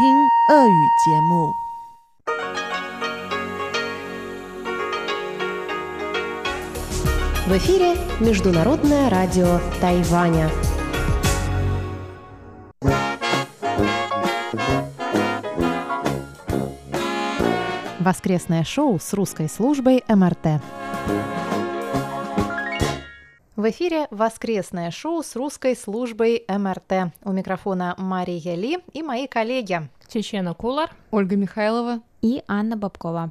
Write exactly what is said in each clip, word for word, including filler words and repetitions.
听俄语节目。 В эфире Международное радио Тайваня. Воскресное шоу с русской службой эм эр тэ. В эфире воскресное шоу с русской службой эм эр тэ. У микрофона Мария Ли и мои коллеги Чечена Кулар, Ольга Михайлова и Анна Бабкова.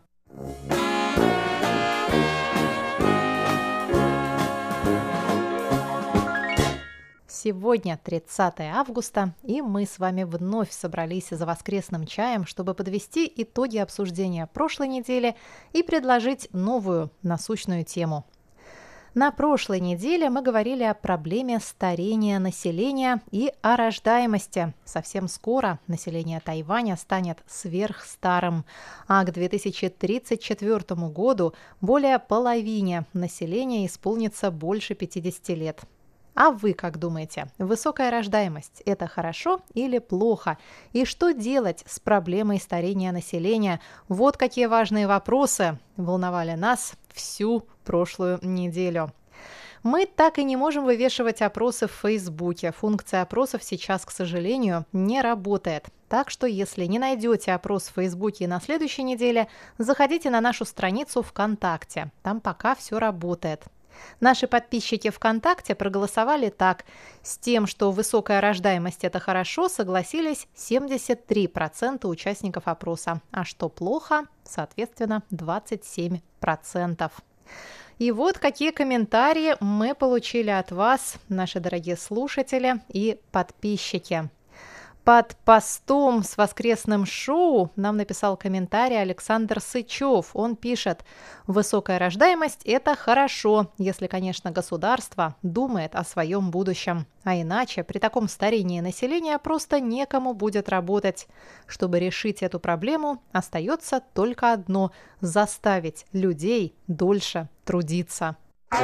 Сегодня тридцатое августа, и мы с вами вновь собрались за воскресным чаем, чтобы подвести итоги обсуждения прошлой недели и предложить новую насущную тему. На прошлой неделе мы говорили о проблеме старения населения и о рождаемости. Совсем скоро население Тайваня станет сверхстарым, а к две тысячи тридцать четвёртому году более половине населения исполнится больше пятидесяти лет. А вы как думаете, высокая рождаемость – это хорошо или плохо? И что делать с проблемой старения населения? Вот какие важные вопросы волновали нас всю прошлую неделю. Мы так и не можем вывешивать опросы в Фейсбуке. Функция опросов сейчас, к сожалению, не работает. Так что, если не найдете опрос в Фейсбуке на следующей неделе, заходите на нашу страницу ВКонтакте. Там пока все работает. Наши подписчики ВКонтакте проголосовали так. С тем, что высокая рождаемость – это хорошо, согласились семьдесят три процента участников опроса. А что плохо, соответственно, двадцать семь процентов. И вот какие комментарии мы получили от вас, наши дорогие слушатели и подписчики. Под постом с воскресным шоу нам написал комментарий Александр Сычев. Он пишет: «Высокая рождаемость – это хорошо, если, конечно, государство думает о своем будущем. А иначе при таком старении населения просто некому будет работать. Чтобы решить эту проблему, остается только одно – заставить людей дольше трудиться».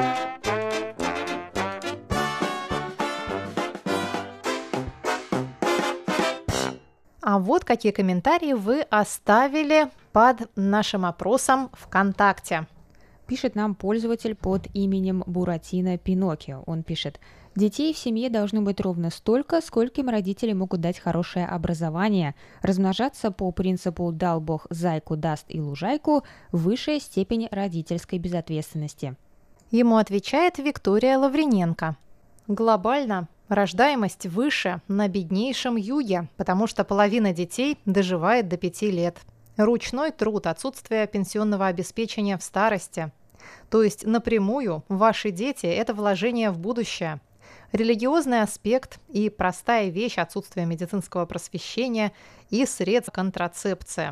А вот какие комментарии вы оставили под нашим опросом ВКонтакте. Пишет нам пользователь под именем Буратино Пиноккио. Он пишет: «Детей в семье должно быть ровно столько, сколько им родители могут дать хорошее образование. Размножаться по принципу «дал Бог зайку, даст и лужайку» – высшая степень родительской безответственности». Ему отвечает Виктория Лавриненко. Глобально рождаемость выше на беднейшем юге, потому что половина детей доживает до пяти лет. Ручной труд, отсутствие пенсионного обеспечения в старости. То есть напрямую ваши дети – это вложение в будущее. Религиозный аспект и простая вещь – отсутствие медицинского просвещения и средств контрацепции.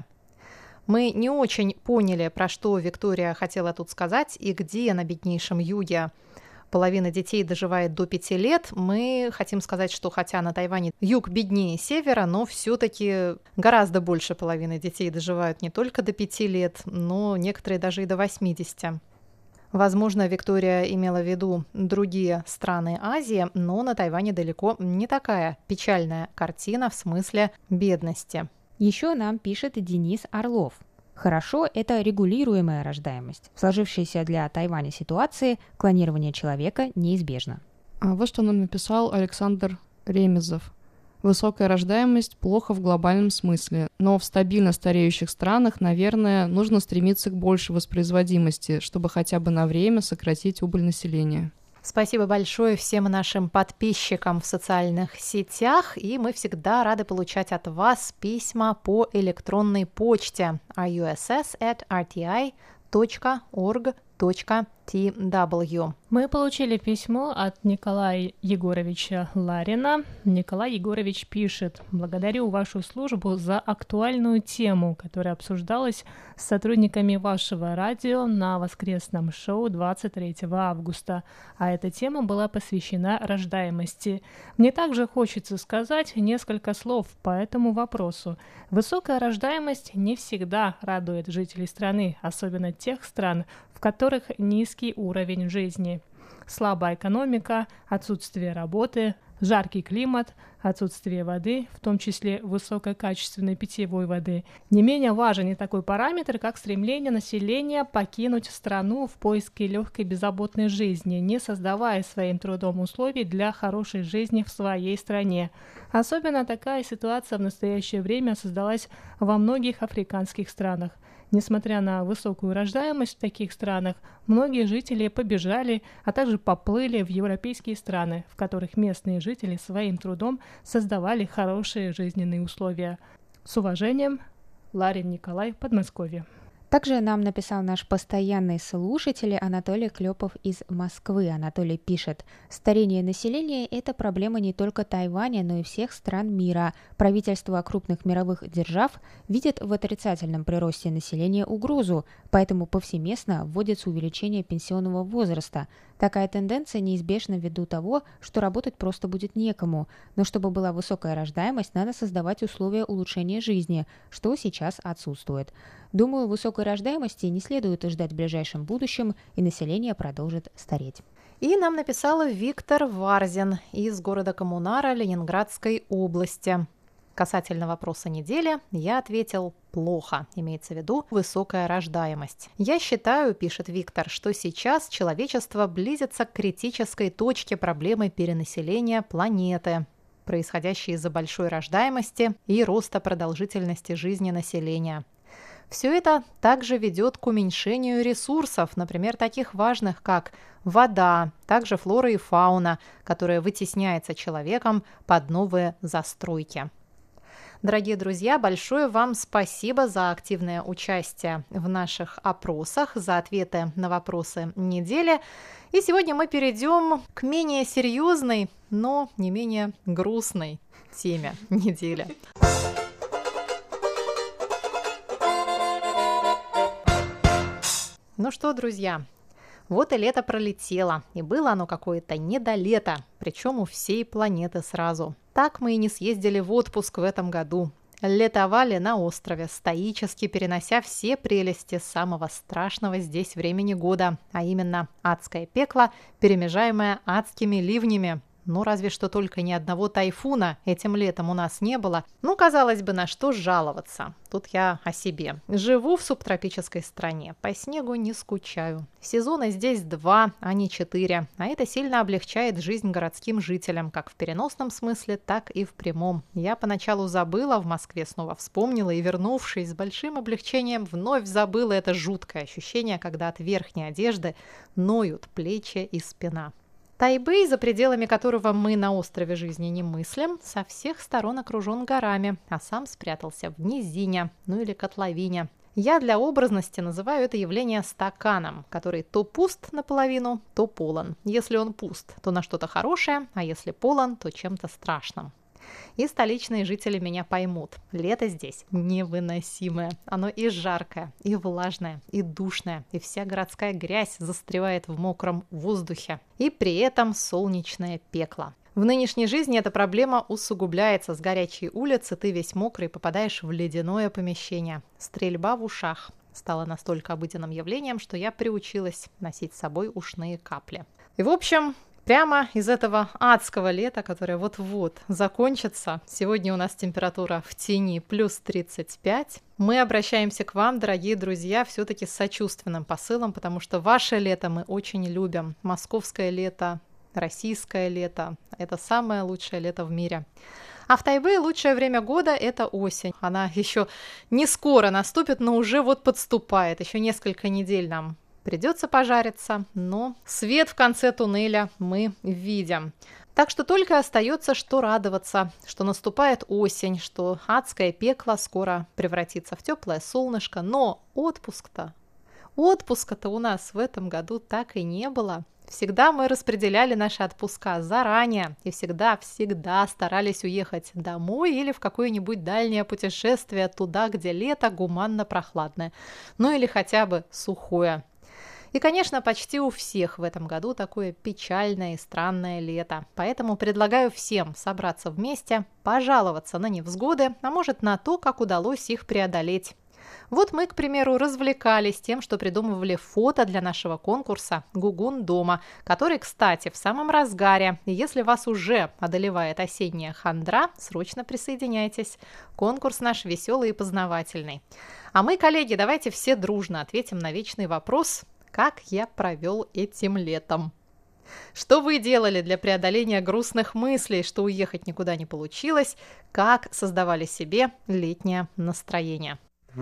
Мы не очень поняли, про что Виктория хотела тут сказать и где на беднейшем юге половина детей доживает до пяти лет. Мы хотим сказать, что хотя на Тайване юг беднее севера, но все-таки гораздо больше половины детей доживают не только до пяти лет, но некоторые даже и до восьмидесяти. Возможно, Виктория имела в виду другие страны Азии, но на Тайване далеко не такая печальная картина в смысле бедности. Еще нам пишет Денис Орлов. Хорошо – это регулируемая рождаемость. В сложившейся для Тайваня ситуации клонирование человека неизбежно. А вот что нам написал Александр Ремезов. Высокая рождаемость плохо в глобальном смысле, но в стабильно стареющих странах, наверное, нужно стремиться к большей воспроизводимости, чтобы хотя бы на время сократить убыль населения. Спасибо большое всем нашим подписчикам в социальных сетях, и мы всегда рады получать от вас письма по электронной почте ар ю эс эс эт эр ти ай точка орг точка ти дабл ю. Мы получили письмо от Николая Егоровича Ларина. Николай Егорович пишет: «Благодарю вашу службу за актуальную тему, которая обсуждалась с сотрудниками вашего радио на воскресном шоу двадцать третьего августа, а эта тема была посвящена рождаемости. Мне также хочется сказать несколько слов по этому вопросу. Высокая рождаемость не всегда радует жителей страны, особенно тех стран, в которых низкий уровень жизни. Слабая экономика, отсутствие работы, жаркий климат, отсутствие воды, в том числе высококачественной питьевой воды. Не менее важен и такой параметр, как стремление населения покинуть страну в поиске легкой беззаботной жизни, не создавая своим трудом условий для хорошей жизни в своей стране. Особенно такая ситуация в настоящее время создалась во многих африканских странах. Несмотря на высокую рождаемость в таких странах, многие жители побежали, а также поплыли в европейские страны, в которых местные жители своим трудом создавали хорошие жизненные условия. С уважением, Ларин Николай, Подмосковье. Также нам написал наш постоянный слушатель Анатолий Клепов из Москвы. Анатолий пишет: «Старение населения – это проблема не только Тайваня, но и всех стран мира. Правительства крупных мировых держав видят в отрицательном приросте населения угрозу, поэтому повсеместно вводится увеличение пенсионного возраста. Такая тенденция неизбежна ввиду того, что работать просто будет некому. Но чтобы была высокая рождаемость, надо создавать условия улучшения жизни, что сейчас отсутствует. Думаю, высокой рождаемости не следует ждать в ближайшем будущем, и население продолжит стареть». И нам написала Виктор Варзин из города Коммунара Ленинградской области. Касательно вопроса недели, я ответил плохо, имеется в виду высокая рождаемость. Я считаю, пишет Виктор, что сейчас человечество близится к критической точке проблемы перенаселения планеты, происходящей из-за большой рождаемости и роста продолжительности жизни населения. Все это также ведет к уменьшению ресурсов, например, таких важных, как вода, также флора и фауна, которая вытесняется человеком под новые застройки. Дорогие друзья, большое вам спасибо за активное участие в наших опросах, за ответы на вопросы недели. И сегодня мы перейдем к менее серьезной, но не менее грустной теме недели. Ну что, друзья, вот и лето пролетело, и было оно какое-то не до лета, причем у всей планеты сразу. Так мы и не съездили в отпуск в этом году. Летовали на острове, стоически перенося все прелести самого страшного здесь времени года, а именно адское пекло, перемежаемое адскими ливнями. Ну, разве что только ни одного тайфуна этим летом у нас не было. Ну, казалось бы, на что жаловаться. Тут я о себе. Живу в субтропической стране, по снегу не скучаю. Сезона здесь два, а не четыре, а это сильно облегчает жизнь городским жителям, как в переносном смысле, так и в прямом. Я поначалу забыла, в Москве снова вспомнила и, вернувшись с большим облегчением, вновь забыла это жуткое ощущение, когда от верхней одежды ноют плечи и спина. Тайбэй, за пределами которого мы на острове жизни не мыслим, со всех сторон окружен горами, а сам спрятался в низине, ну или котловине. Я для образности называю это явление стаканом, который то пуст наполовину, то полон. Если он пуст, то на что-то хорошее, а если полон, то чем-то страшным. И столичные жители меня поймут. Лето здесь невыносимое. Оно и жаркое, и влажное, и душное, и вся городская грязь застревает в мокром воздухе. И при этом солнечное пекло. В нынешней жизни эта проблема усугубляется. С горячей улицы ты весь мокрый попадаешь в ледяное помещение. Стрельба в ушах стала настолько обыденным явлением, что я приучилась носить с собой ушные капли. И в общем... Прямо из этого адского лета, которое вот-вот закончится, сегодня у нас температура в тени плюс тридцать пять, мы обращаемся к вам, дорогие друзья, все-таки с сочувственным посылом, потому что ваше лето мы очень любим. Московское лето, российское лето – это самое лучшее лето в мире. А в Тайбэе лучшее время года – это осень. Она еще не скоро наступит, но уже вот подступает, еще несколько недель нам придется пожариться, но свет в конце туннеля мы видим. Так что только остается, что радоваться, что наступает осень, что адское пекло скоро превратится в теплое солнышко. Но отпуск-то, отпуска-то у нас в этом году так и не было. Всегда мы распределяли наши отпуска заранее и всегда-всегда старались уехать домой или в какое-нибудь дальнее путешествие туда, где лето гуманно-прохладное, ну или хотя бы сухое. И, конечно, почти у всех в этом году такое печальное и странное лето. Поэтому предлагаю всем собраться вместе, пожаловаться на невзгоды, а может на то, как удалось их преодолеть. Вот мы, к примеру, развлекались тем, что придумывали фото для нашего конкурса «Гугун дома», который, кстати, в самом разгаре. И если вас уже одолевает осенняя хандра, срочно присоединяйтесь. Конкурс наш веселый и познавательный. А мы, коллеги, давайте все дружно ответим на вечный вопрос: как я провел этим летом? Что вы делали для преодоления грустных мыслей, что уехать никуда не получилось? Как создавали себе летнее настроение?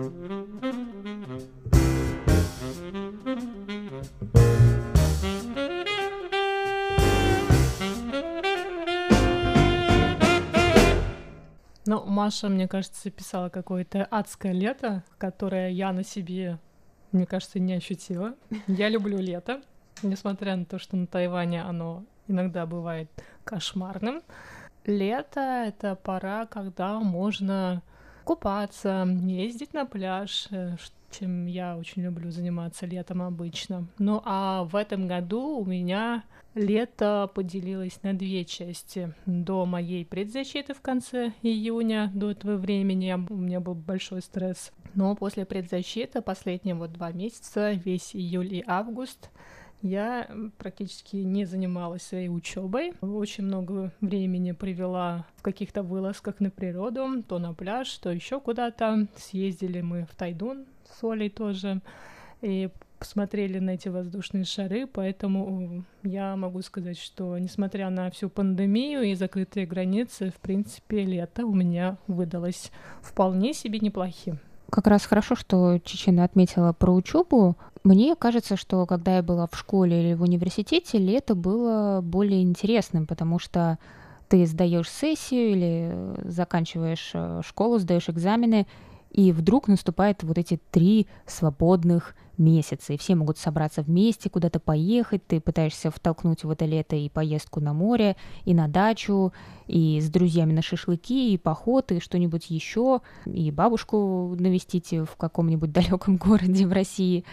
Ну, Маша, мне кажется, писала какое-то адское лето, которое я на себе, мне кажется, не ощутила. Я люблю лето, несмотря на то, что на Тайване оно иногда бывает кошмарным. Лето — это пора, когда можно купаться, ездить на пляж, чем я очень люблю заниматься летом обычно. Ну а в этом году у меня лето поделилось на две части. До моей предзащиты в конце июня, до этого времени у меня был большой стресс. Но после предзащиты последние вот два месяца, весь июль и август, я практически не занималась своей учебой. Очень много времени провела в каких-то вылазках на природу, то на пляж, то еще куда-то. Съездили мы в Тайдун с Олей тоже и посмотрели на эти воздушные шары, поэтому я могу сказать, что несмотря на всю пандемию и закрытые границы, в принципе, лето у меня выдалось вполне себе неплохим. Как раз хорошо, что Чечена отметила про учебу. Мне кажется, что когда я была в школе или в университете, лето было более интересным, потому что ты сдаешь сессию или заканчиваешь школу, сдаешь экзамены, и вдруг наступает вот эти три свободных месяца, и все могут собраться вместе, куда-то поехать, ты пытаешься втолкнуть в это лето и поездку на море, и на дачу, и с друзьями на шашлыки, и поход, и что-нибудь еще, и бабушку навестить в каком-нибудь далеком городе в России.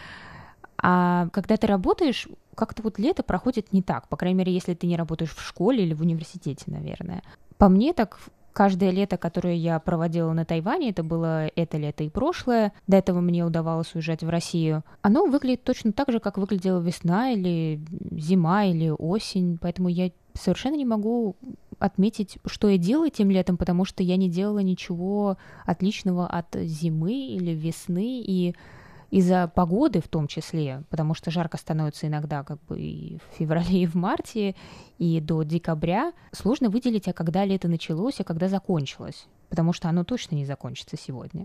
А когда ты работаешь, как-то вот лето проходит не так, по крайней мере, если ты не работаешь в школе или в университете, наверное. По мне так... Каждое лето, которое я проводила на Тайване, это было это лето и прошлое, до этого мне удавалось уезжать в Россию, оно выглядит точно так же, как выглядела весна или зима или осень, поэтому я совершенно не могу отметить, что я делала этим летом, потому что я не делала ничего отличного от зимы или весны, и из-за погоды в том числе, потому что жарко становится иногда как бы и в феврале, и в марте, и до декабря, сложно выделить, а когда лето началось, а когда закончилось, потому что оно точно не закончится сегодня.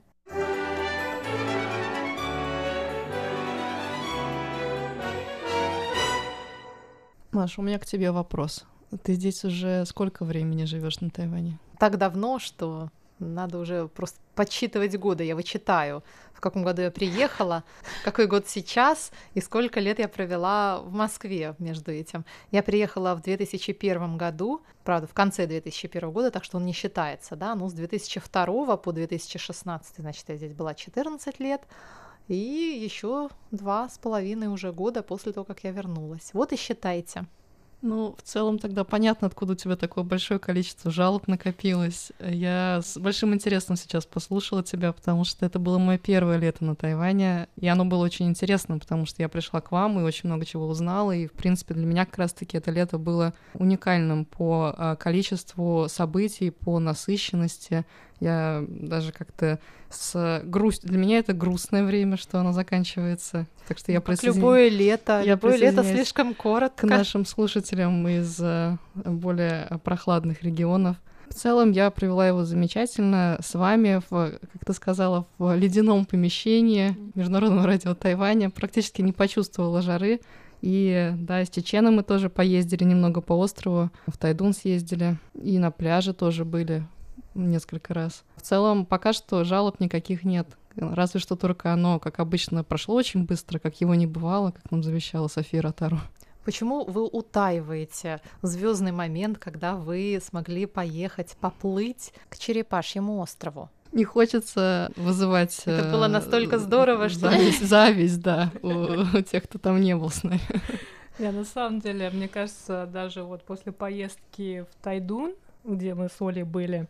Маша, у меня к тебе вопрос. Ты здесь уже сколько времени живешь на Тайване? Так давно, что надо уже просто подсчитывать годы. Я вычитаю, в каком году я приехала, какой год сейчас и сколько лет я провела в Москве между этим. Я приехала в две тысячи первом году, правда, в конце две тысячи первого года, так что он не считается, да, ну, с две тысячи второго по две тысячи шестнадцатый, значит, я здесь была четырнадцать лет, и еще два с половиной уже года после того, как я вернулась. Вот и считайте. Ну, в целом тогда понятно, откуда у тебя такое большое количество жалоб накопилось. Я с большим интересом сейчас послушала тебя, потому что это было мое первое лето на Тайване, и оно было очень интересно, потому что я пришла к вам и очень много чего узнала, и, в принципе, для меня как раз-таки это лето было уникальным по количеству событий, по насыщенности. Я даже как-то с грустью... Для меня это грустное время, что оно заканчивается. Так что я как присоедин... любое лето. Я любое лето слишком коротко. К нашим слушателям из более прохладных регионов. В целом я провела его замечательно с вами, в, как ты сказала, в ледяном помещении Международного радио Тайваня. Практически не почувствовала жары. И да, с Чеченом мы тоже поездили немного по острову, в Тайдун съездили, и на пляже тоже были несколько раз. В целом, пока что жалоб никаких нет. Разве что только оно, как обычно, прошло очень быстро, как его не бывало, как нам завещала София Ротару. Почему вы утаиваете звездный момент, когда вы смогли поехать, поплыть к Черепашьему острову? Не хочется вызывать... Это было настолько здорово, что... Зависть, зависть да, у, у тех, кто там не был с нами. Я на самом деле, мне кажется, даже вот после поездки в Тайдун, где мы с Олей были,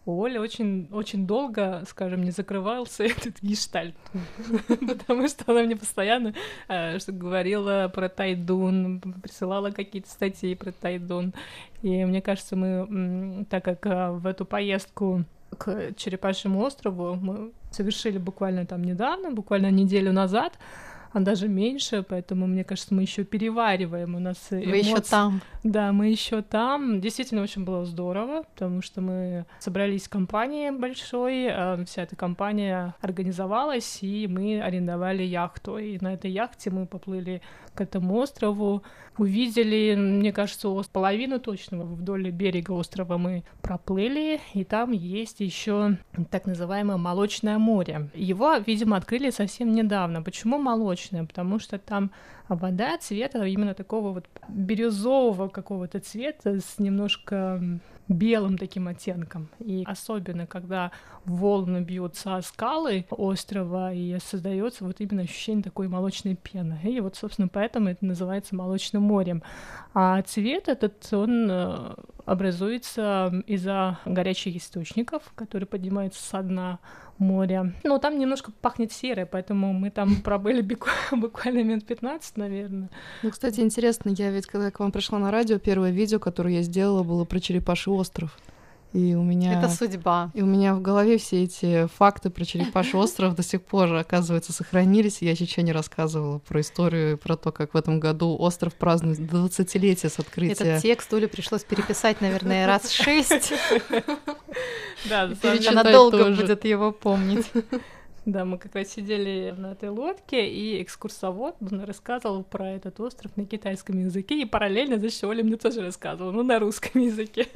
у Оли очень, очень долго, скажем, не закрывался этот гештальт, потому что она мне постоянно что говорила про Тайдун, присылала какие-то статьи про Тайдун. И мне кажется, мы, так как в эту поездку к Черепашьему острову мы совершили буквально там недавно, буквально неделю назад, а даже меньше, поэтому, мне кажется, мы еще перевариваем. У нас эмоции... Вы еще там. Да, мы еще там. Действительно, очень было здорово, потому что мы собрались в компании большой, вся эта компания организовалась, и мы арендовали яхту. И на этой яхте мы поплыли к этому острову, увидели, мне кажется, половину точно вдоль берега острова мы проплыли, и там есть еще так называемое Молочное море. Его, видимо, открыли совсем недавно. Почему молочное? Потому что там вода цвета именно такого вот бирюзового какого-то цвета с немножко белым таким оттенком. И особенно, когда волны бьются о скалы острова, и создается вот именно ощущение такой молочной пены. И вот, собственно, поэтому это называется Молочным морем. А цвет этот, он образуется из-за горячих источников, которые поднимаются со дна моря. Ну, там немножко пахнет серой, поэтому мы там пробыли буквально минут пятнадцать, наверное. Ну, кстати, интересно, я ведь, когда к вам пришла на радио, первое видео, которое я сделала, было про Черепаший остров. И у меня... Это судьба. И у меня в голове все эти факты про Черепаший остров до сих пор, оказывается, сохранились. Я ничего не рассказывала про историю, про то, как в этом году остров празднует двадцатилетие с открытия. Этот текст Оле пришлось переписать, наверное, раз шесть. Да, она долго будет его помнить. Да, мы как раз сидели на этой лодке, и экскурсовод рассказывал про этот остров на китайском языке, и параллельно, значит, Оля мне тоже рассказывала, ну, на русском языке.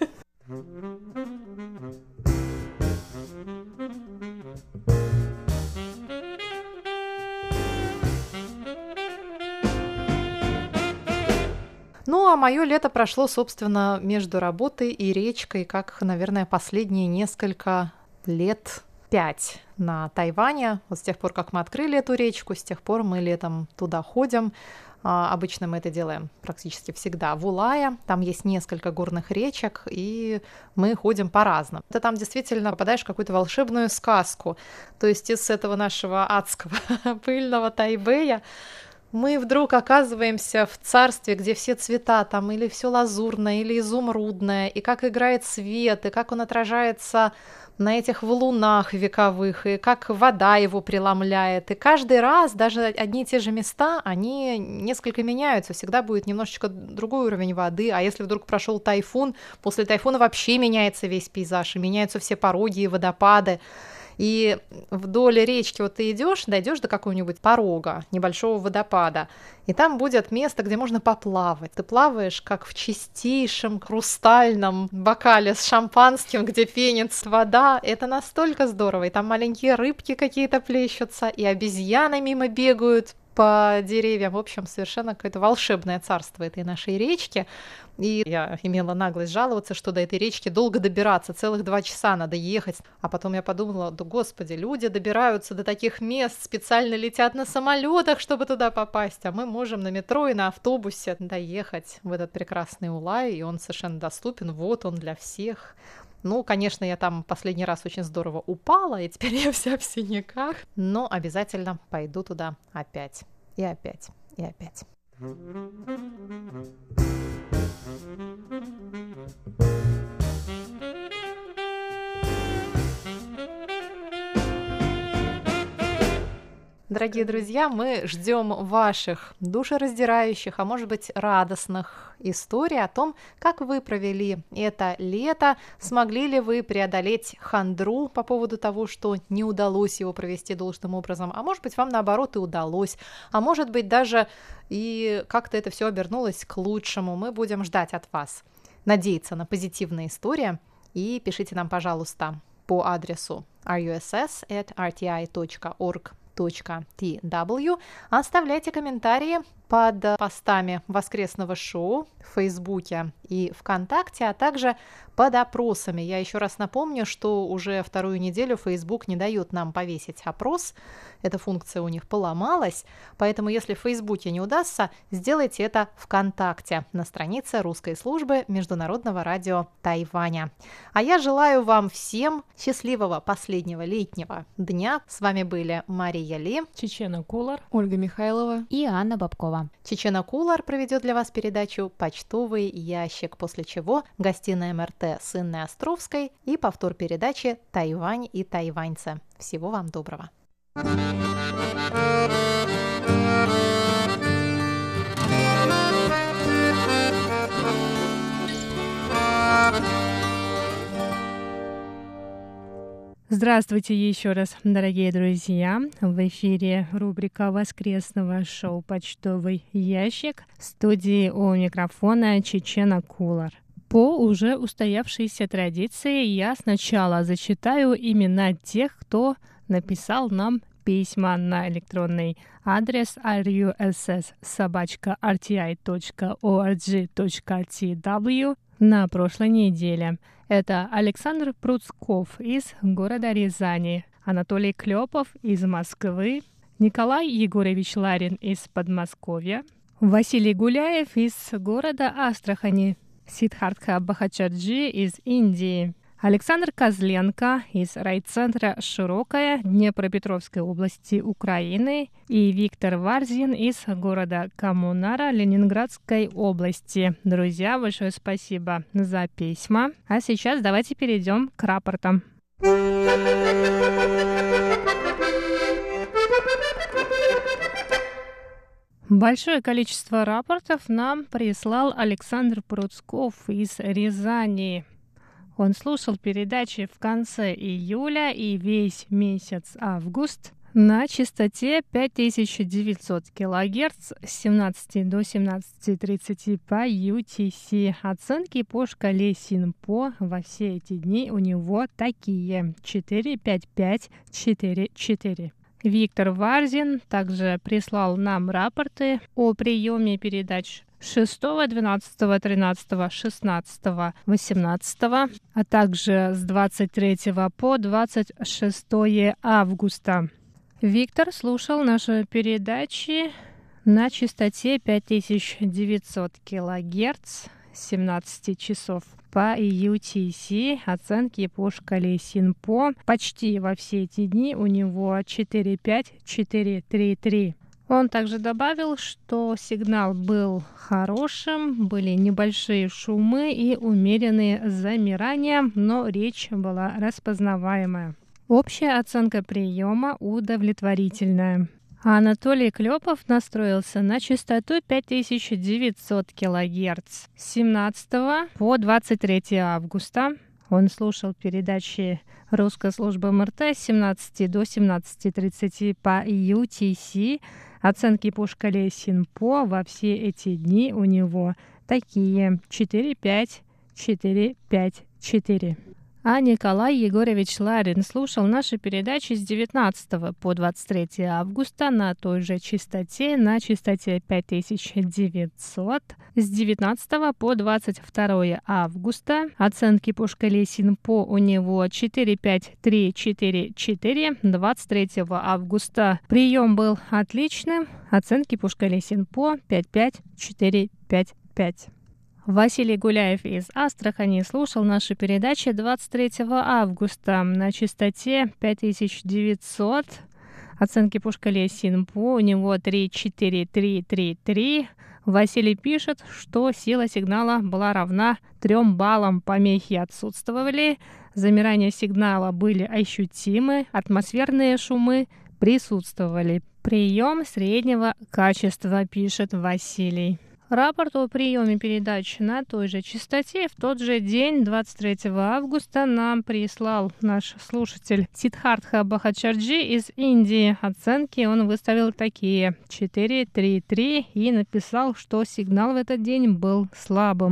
Ну, а мое лето прошло, собственно, между работой и речкой, как, наверное, последние несколько лет, пять на Тайване. Вот с тех пор, как мы открыли эту речку, с тех пор мы летом туда ходим. А, обычно мы это делаем практически всегда в Улае. Там есть несколько горных речек, и мы ходим по-разному. Ты там действительно попадаешь в какую-то волшебную сказку. То есть из этого нашего адского пыльного Тайбэя мы вдруг оказываемся в царстве, где все цвета там или все лазурное, или изумрудное, и как играет свет, и как он отражается на этих валунах вековых, и как вода его преломляет. И каждый раз даже одни и те же места, они несколько меняются. Всегда будет немножечко другой уровень воды. А если вдруг прошел тайфун, после тайфуна вообще меняется весь пейзаж, и меняются все пороги и водопады. И вдоль речки вот ты идешь, дойдешь до какого-нибудь порога, небольшого водопада, и там будет место, где можно поплавать. Ты плаваешь, как в чистейшем хрустальном бокале с шампанским, где пенится вода. Это настолько здорово. И там маленькие рыбки какие-то плещутся, и обезьяны мимо бегают по деревьям. В общем, совершенно какое-то волшебное царство этой нашей речки. И я имела наглость жаловаться, что до этой речки долго добираться, целых два часа надо ехать. А потом я подумала, да господи, люди добираются до таких мест, специально летят на самолетах, чтобы туда попасть, а мы можем на метро и на автобусе доехать в этот прекрасный Улай, и он совершенно доступен, вот он для всех. Ну, конечно, я там последний раз очень здорово упала, и теперь я вся в синяках, но обязательно пойду туда опять, и опять, и опять. Дорогие друзья, мы ждем ваших душераздирающих, а может быть радостных историй о том, как вы провели это лето, смогли ли вы преодолеть хандру по поводу того, что не удалось его провести должным образом, а может быть вам наоборот и удалось, а может быть даже и как-то это все обернулось к лучшему. Мы будем ждать от вас, надеяться на позитивные истории, и пишите нам, пожалуйста, по адресу ар ю эс эс at эр ти ай точка орг точка ти дабл ю. Оставляйте комментарии под постами воскресного шоу в Фейсбуке и ВКонтакте, а также под опросами. Я еще раз напомню, что уже вторую неделю Facebook не дает нам повесить опрос. Эта функция у них поломалась, поэтому если в Фейсбуке не удастся, сделайте это ВКонтакте на странице русской службы Международного радио Тайваня. А я желаю вам всем счастливого последнего летнего дня. С вами были Мария Ли, Чечена Кулар, Ольга Михайлова и Анна Бабкова. Чечена Кулар проведет для вас передачу «Почтовый ящик», после чего гостиная эм эр тэ с Инной Островской и повтор передачи «Тайвань и тайваньцы». Всего вам доброго. Здравствуйте еще раз, дорогие друзья! В эфире рубрика воскресного шоу «Почтовый ящик», в студии у микрофона Чечена Кулар. По уже устоявшейся традиции я сначала зачитаю имена тех, кто написал нам письма на электронный адрес ар ю эс эс собака эр ти ай точка орг точка ти дабл ю на прошлой неделе. Это Александр Пруцков из города Рязани, Анатолий Клепов из Москвы, Николай Егорович Ларин из Подмосковья, Василий Гуляев из города Астрахани, Сиддхартха Бхатчарджи из Индии, Александр Козленко из райцентра Широкая Днепропетровской области Украины и Виктор Варзин из города Коммунара Ленинградской области. Друзья, большое спасибо за письма. А сейчас давайте перейдем к рапортам. Большое количество рапортов нам прислал Александр Пруцков из Рязани. Он слушал передачи в конце июля и весь месяц август на частоте пять тысяч девятьсот килогерц с семнадцати до семнадцати тридцати по ю ти си. Оценки по шкале Синпо во все эти дни у него такие: четыре, пять, пять, четыре, четыре. Виктор Варзин также прислал нам рапорты о приеме передач шестого, двенадцатого, тринадцатого, шестнадцатого, восемнадцатого, а также с двадцать третьего по двадцать шестое августа. Виктор слушал наши передачи на частоте пять тысяч девятьсот килогерц с семнадцати часов по ю ти си. Оценки по шкале Синпо почти во все эти дни у него четыре, пять, четыре, три, три. Он также добавил, что сигнал был хорошим, были небольшие шумы и умеренные замирания, но речь была распознаваемая. Общая оценка приема удовлетворительная. А Анатолий Клепов настроился на частоту пять тысяч девятьсот килогерц с семнадцатого по двадцать третье августа. Он слушал передачи русской службы эм эр тэ с семнадцати до семнадцати тридцати по ю ти си. Оценки по шкале Синпо во все эти дни у него такие: четыре, пять, четыре, пять, четыре. А Николай Егорович Ларин слушал наши передачи с девятнадцатого по двадцать третье августа на той же частоте, на частоте пять тысяч девятьсот. С девятнадцатого по двадцать второе августа оценки по шкале Синпо у него четыре, пять, три, четыре, четыре. двадцать третьего августа прием был отличным. Оценки по шкале Синпо пять, пять, четыре, пять, пять. Василий Гуляев из Астрахани слушал наши передачи двадцать третьего августа на частоте пять тысяч девятьсот. Оценки по шкале Синпо у него три, четыре, три, три, три. Василий пишет, что сила сигнала была равна трем баллам. Помехи отсутствовали, замирания сигнала были ощутимы, атмосферные шумы присутствовали. Прием среднего качества, пишет Василий. Рапорт о приеме передач на той же частоте в тот же день, двадцать третьего августа, нам прислал наш слушатель Сиддхартха Бхатчарджи из Индии. Оценки он выставил такие: четыре, три, три, и написал, что сигнал в этот день был слабым.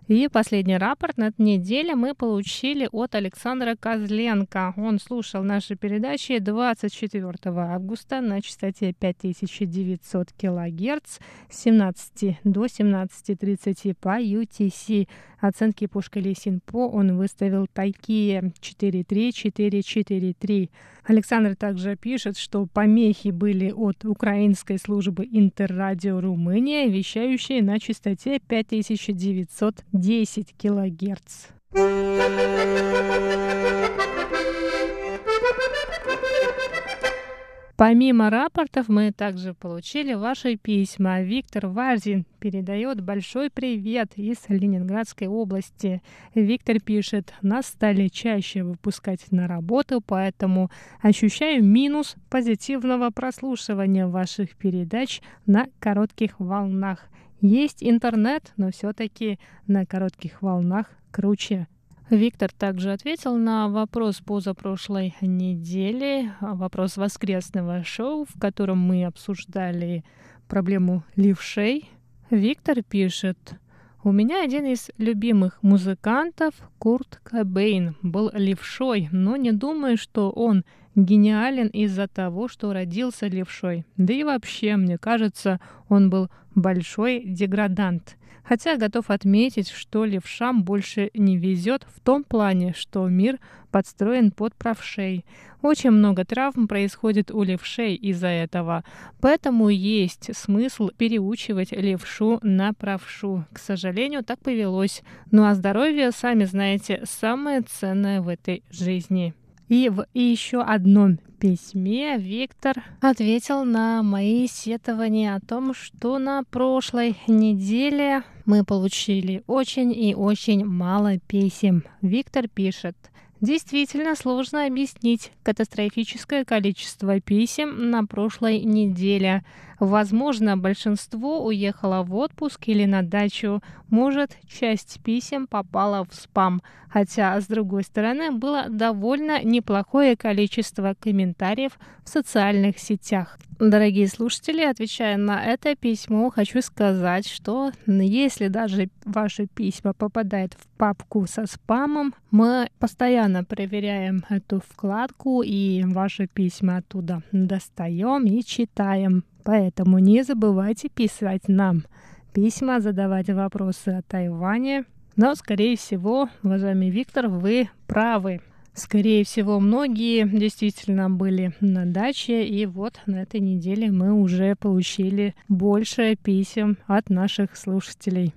И последний рапорт на этой неделе мы получили от Александра Козленко. Он слушал наши передачи двадцать четвёртого августа на частоте пять тысяч девятьсот килогерц с семнадцати до семнадцати тридцати по ю ти си. Оценки по шкале Синпо он выставил такие: четыре три четыре четыре три. Александр также пишет, что помехи были от украинской службы Интеррадио Румыния, вещающей на частоте пять тысяч девятьсот десять килогерц. Помимо рапортов мы также получили ваши письма. Виктор Варзин передает большой привет из Ленинградской области. Виктор пишет: нас стали чаще выпускать на работу, поэтому ощущаю минус позитивного прослушивания ваших передач на коротких волнах. Есть интернет, но все-таки на коротких волнах круче. Виктор также ответил на вопрос позапрошлой недели, вопрос воскресного шоу, в котором мы обсуждали проблему левшей. Виктор пишет: у меня один из любимых музыкантов, Курт Кобейн, был левшой, но не думаю, что он гениален из-за того, что родился левшой. Да и вообще, мне кажется, он был большой деградант. Хотя готов отметить, что левшам больше не везет в том плане, что мир подстроен под правшей. Очень много травм происходит у левшей из-за этого, поэтому есть смысл переучивать левшу на правшу. К сожалению, так повелось. Ну а здоровье, сами знаете, самое ценное в этой жизни. И в еще одном письме Виктор ответил на мои сетования о том, что на прошлой неделе мы получили очень и очень мало писем. Виктор пишет: действительно сложно объяснить катастрофическое количество писем на прошлой неделе. Возможно, большинство уехало в отпуск или на дачу. Может, часть писем попала в спам. Хотя, с другой стороны, было довольно неплохое количество комментариев в социальных сетях. Дорогие слушатели, отвечая на это письмо, хочу сказать, что если даже ваши письма попадают в папку со спамом, мы постоянно проверяем эту вкладку и ваши письма оттуда достаем и читаем. Поэтому не забывайте писать нам письма, задавать вопросы о Тайване. Но, скорее всего, уважаемый Виктор, вы правы. Скорее всего, многие действительно были на даче, и вот на этой неделе мы уже получили больше писем от наших слушателей.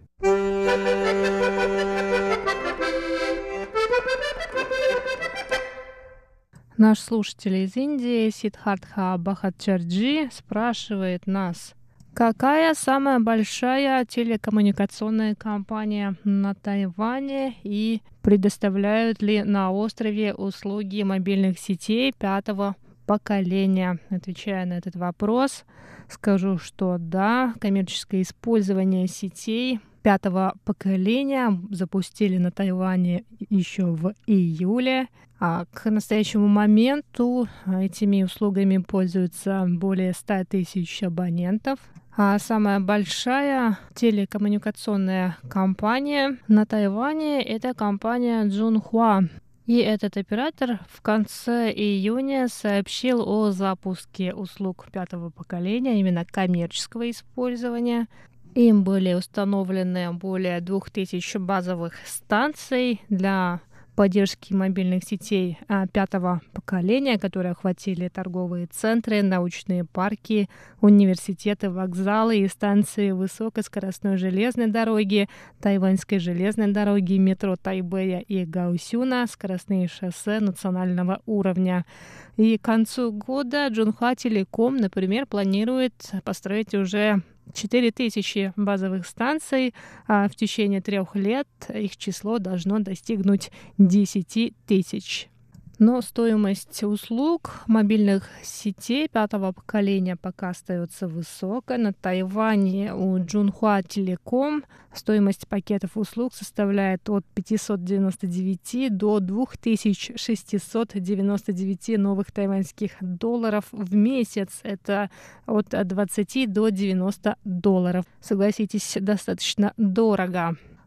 Наш слушатель из Индии Сиддхартха Бахачарджи спрашивает нас: какая самая большая телекоммуникационная компания на Тайване и предоставляют ли на острове услуги мобильных сетей пятого поколения? Отвечая на этот вопрос, скажу, что да, коммерческое использование сетей пятого поколения запустили на Тайване еще в июле. А к настоящему моменту этими услугами пользуются более ста тысяч абонентов. А самая большая телекоммуникационная компания на Тайване — это компания Chunghwa. И этот оператор в конце июня сообщил о запуске услуг пятого поколения, именно коммерческого использования. Им были установлены более двух тысяч базовых станций для поддержки мобильных сетей пятого поколения, которые охватили торговые центры, научные парки, университеты, вокзалы и станции высокоскоростной железной дороги, тайваньской железной дороги, метро Тайбэя и Гаосюна, скоростные шоссе национального уровня. И к концу года Chunghwa Telecom, например, планирует построить уже четыре тысячи базовых станций, а в течение трех лет их число должно достигнуть десять тысяч. Но стоимость услуг мобильных сетей пятого поколения пока остается высокой. На Тайване у Chunghwa Telecom стоимость пакетов услуг составляет от пятисот девяноста девяти до двух тысяч шестисот девяноста девяти новых тайваньских долларов в месяц. Это от двадцати до девяноста долларов. Согласитесь, достаточно дорого.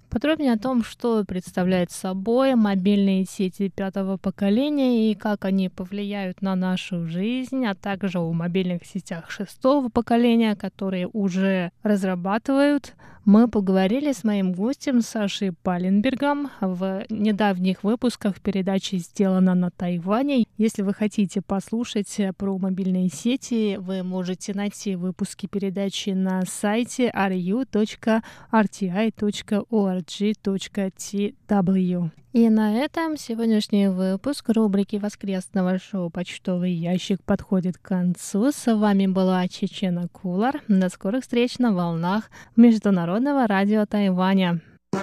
Подробнее о том, что представляют собой мобильные сети пятого поколения и как они повлияют на нашу жизнь, а также о мобильных сетях шестого поколения, которые уже разрабатывают, мы поговорили с моим гостем Сашей Паленбергом в недавних выпусках передачи «Сделано на Тайване». Если вы хотите послушать про мобильные сети, вы можете найти выпуски передачи на сайте ар ю точка ар ти ай точка орг точка ти дабл ю. И на этом сегодняшний выпуск рубрики воскресного шоу «Почтовый ящик» подходит к концу. С вами была Чечена Кулар. До скорых встреч на волнах Международного радио Тайваня.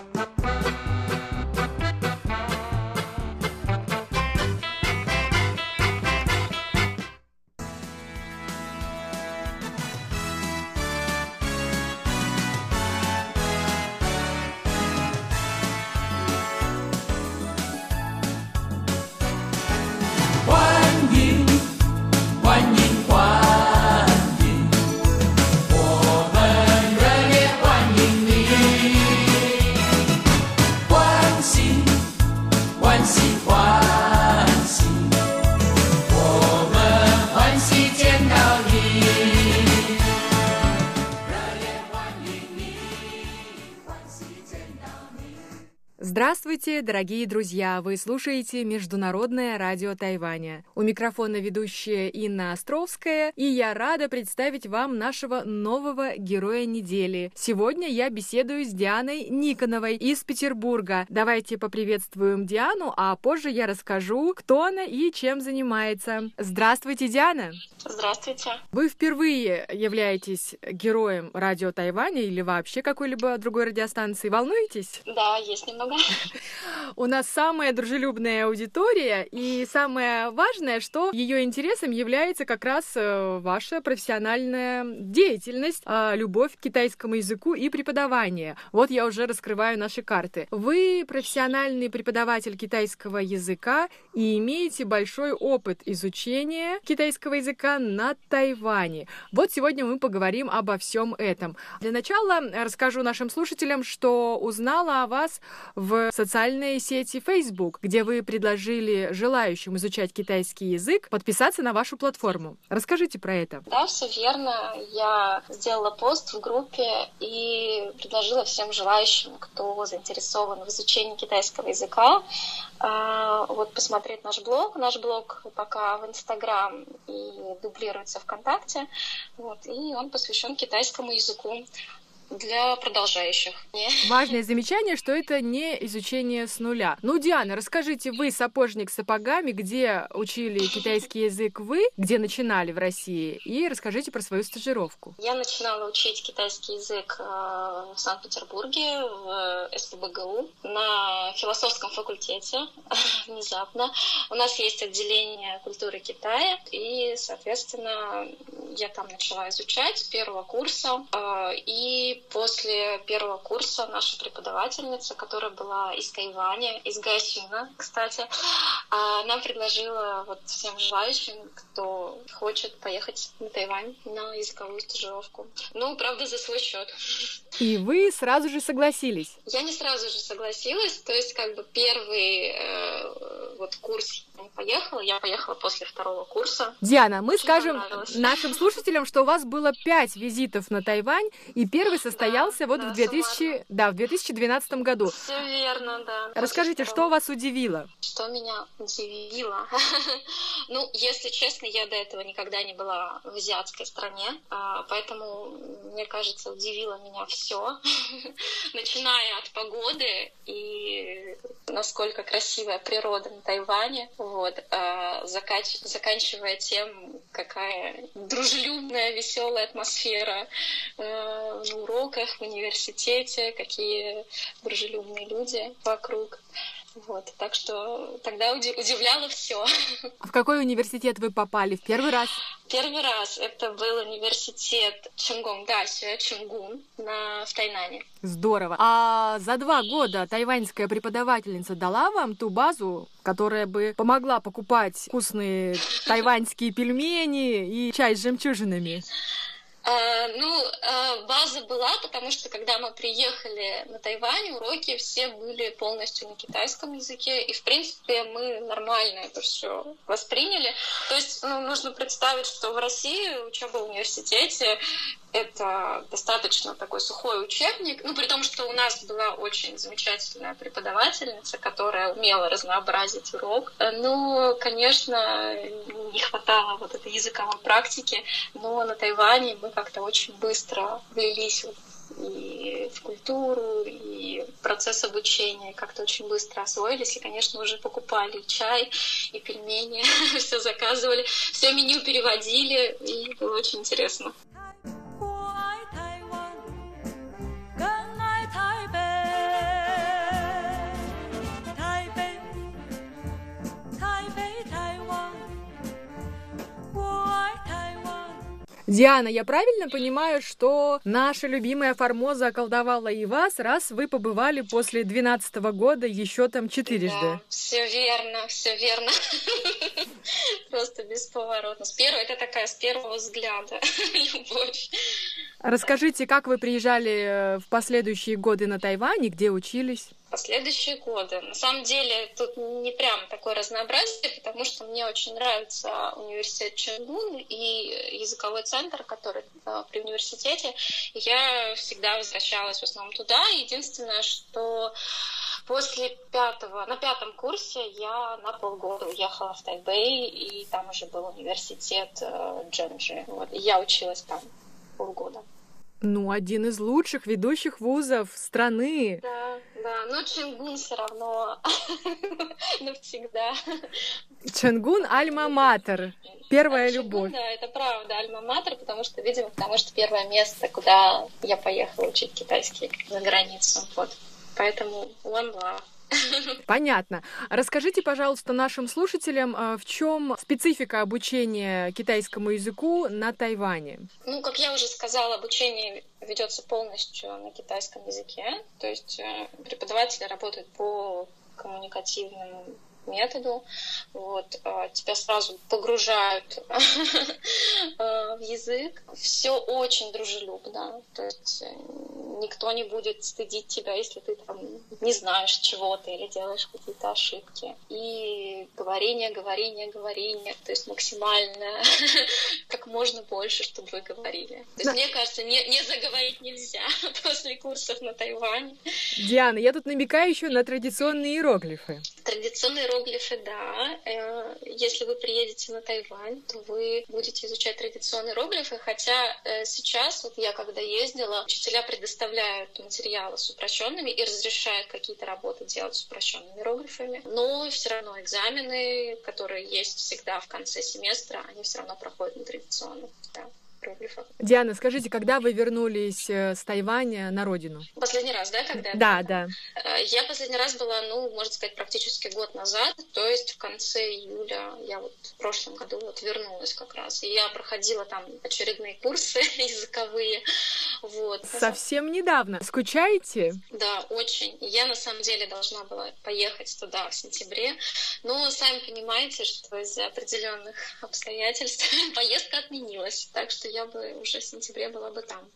Здравствуйте, дорогие друзья! Вы слушаете Международное радио Тайваня. У микрофона ведущая Инна Островская, и я рада представить вам нашего нового героя недели. Сегодня я беседую с Дианой Никоновой из Петербурга. Давайте поприветствуем Диану, а позже я расскажу, кто она и чем занимается. Здравствуйте, Диана! Здравствуйте! Вы впервые являетесь героем радио Тайваня или вообще какой-либо другой радиостанции. Волнуетесь? Да, есть немного. У нас самая дружелюбная аудитория, и самое важное, что ее интересом является как раз ваша профессиональная деятельность, любовь к китайскому языку и преподавание. Вот я уже раскрываю наши карты. Вы профессиональный преподаватель китайского языка и имеете большой опыт изучения китайского языка на Тайване. Вот сегодня мы поговорим обо всем этом. Для начала расскажу нашим слушателям, что узнала о вас в социальной сети Facebook, где вы предложили желающим изучать китайский язык подписаться на вашу платформу. Расскажите про это. Да, все верно. Я сделала пост в группе и предложила всем желающим, кто заинтересован в изучении китайского языка, вот посмотреть наш блог. Наш блог пока в Инстаграм и дублируется ВКонтакте, вот, и он посвящен китайскому языку для продолжающих. Важное замечание, что это не изучение с нуля. Ну, Диана, расскажите, вы сапожник с сапогами, где учили китайский язык вы, где начинали в России, и расскажите про свою стажировку. Я начинала учить китайский язык в Санкт-Петербурге, в эс пэ бэ гэ у, на философском факультете, внезапно. У нас есть отделение культуры Китая, и, соответственно, я там начала изучать с первого курса, и после первого курса наша преподавательница, которая была из Тайваня, из Гаосюна, кстати, нам предложила вот всем желающим, кто хочет поехать на Тайвань на языковую стажировку. Ну, правда, за свой счет. И вы сразу же согласились? Я не сразу же согласилась, то есть как бы первый э, вот курс я не поехала, я поехала после второго курса. Диана, мы Очень скажем нашим слушателям, что у вас было пять визитов на Тайвань, и первый состоялся да, вот да, в, две тысячи, да, в две тысячи двенадцатом году. Все верно, да. Расскажите, что вас удивило? Что меня удивило? Ну, если честно, я до этого никогда не была в азиатской стране, поэтому, мне кажется, удивило меня все, начиная от погоды и насколько красивая природа на Тайване, вот, закач... заканчивая тем, какая дружелюбная, веселая атмосфера на уроках, в университете, какие дружелюбные люди вокруг. Вот, так что тогда удивляло все. А в какой университет вы попали в первый раз? Первый раз это был университет Чонгонгдасю, Чонгун, на, в Тайнане. Здорово. А за два года тайваньская преподавательница дала вам ту базу, которая бы помогла покупать вкусные тайваньские пельмени и чай с жемчужинами? А, ну, а, база была, потому что когда мы приехали на Тайвань, уроки все были полностью на китайском языке, и, в принципе, мы нормально это все восприняли. То есть, ну, нужно представить, что в России учеба в университете — это достаточно такой сухой учебник, ну, при том, что у нас была очень замечательная преподавательница, которая умела разнообразить урок. Ну, конечно, не хватало вот этой языковой практики, но на Тайване мы как-то очень быстро влились вот и в культуру, и в процесс обучения, как-то очень быстро освоились, и, конечно, уже покупали и чай, и пельмени, все заказывали, все меню переводили, и было очень интересно. Диана, я правильно понимаю, что наша любимая Формоза околдовала и вас, раз вы побывали после двенадцатого года еще там четырежды? Да, все верно, все верно. Просто бесповоротно. С первого, это такая с первого взгляда любовь. Расскажите, как вы приезжали в последующие годы на Тайвань и где учились? Последующие годы. На самом деле тут не прям такое разнообразие, потому что мне очень нравится университет Чонгун и языковой центр, который при университете. Я всегда возвращалась в основном туда. Единственное, что после пятого, на пятом курсе я на полгода уехала в Тайбэй, и там уже был университет Джэнджи. Вот, и я училась там полгода. Ну, один из лучших ведущих вузов страны. Да, да, но Чонгун все равно навсегда. Чонгун — альма-матер, первая Чонгун, любовь. Да, это правда, альма-матер, потому что, видимо, потому что первое место, куда я поехала учить китайский за границу. Вот, поэтому one love. Понятно. Расскажите, пожалуйста, нашим слушателям, в чем специфика обучения китайскому языку на Тайване? Ну, как я уже сказала, обучение ведется полностью на китайском языке. То есть преподаватели работают по коммуникативному методу. Вот, тебя сразу погружают в язык. Все очень дружелюбно. То есть никто не будет стыдить тебя, если ты там не знаешь чего-то или делаешь какие-то ошибки. И говорение, говорение, говорение. То есть максимально как можно больше, чтобы вы говорили. То есть, мне кажется, не, не заговорить нельзя после курсов на Тайване. Диана, я тут намекаю еще на традиционные иероглифы. Традиционные иероглифы, да. Если вы приедете на Тайвань, то вы будете изучать традиционные иероглифы, хотя сейчас, вот я когда ездила, учителя предоставляют материалы с упрощенными и разрешают какие-то работы делать с упрощенными иероглифами, но все равно экзамены, которые есть всегда в конце семестра, они все равно проходят на традиционных, да. Диана, скажите, когда вы вернулись с Тайваня на родину? Последний раз, да, когда? Да, да. Я последний раз была, ну, можно сказать, практически год назад, то есть в конце июля, я вот в прошлом году вот вернулась как раз, и я проходила там очередные курсы языковые, вот. Совсем недавно. Скучаете? Да, очень. Я на самом деле должна была поехать туда в сентябре, но сами понимаете, что из-за определенных обстоятельств поездка отменилась, так что я бы уже в сентябре была бы там.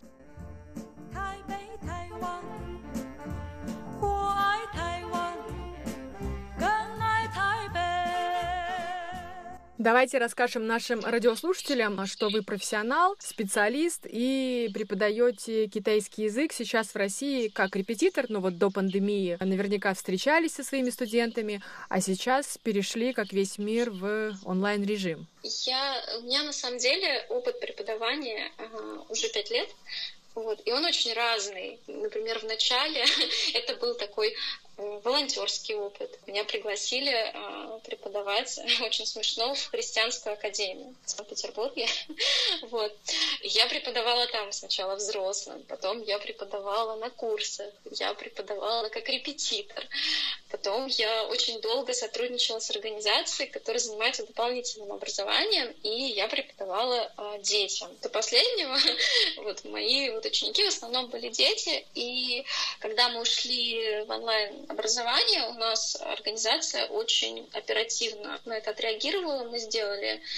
Давайте расскажем нашим радиослушателям, что вы профессионал, специалист и преподаете китайский язык сейчас в России как репетитор, но вот до пандемии наверняка встречались со своими студентами, а сейчас перешли, как весь мир, в онлайн-режим. Я, у меня на самом деле опыт преподавания uh, уже пять лет, вот, и он очень разный. Например, в начале это был такой волонтерский опыт. Меня пригласили э, преподавать, очень смешно, в христианскую академию в Санкт-Петербурге. Вот. Я преподавала там сначала взрослым, потом я преподавала на курсах, я преподавала как репетитор. Потом я очень долго сотрудничала с организацией, которая занимается дополнительным образованием, и я преподавала э, детям. До последнего вот, мои вот, ученики в основном были дети, и когда мы ушли в онлайн образование, у нас организация очень оперативно на это отреагировала. Мы сделали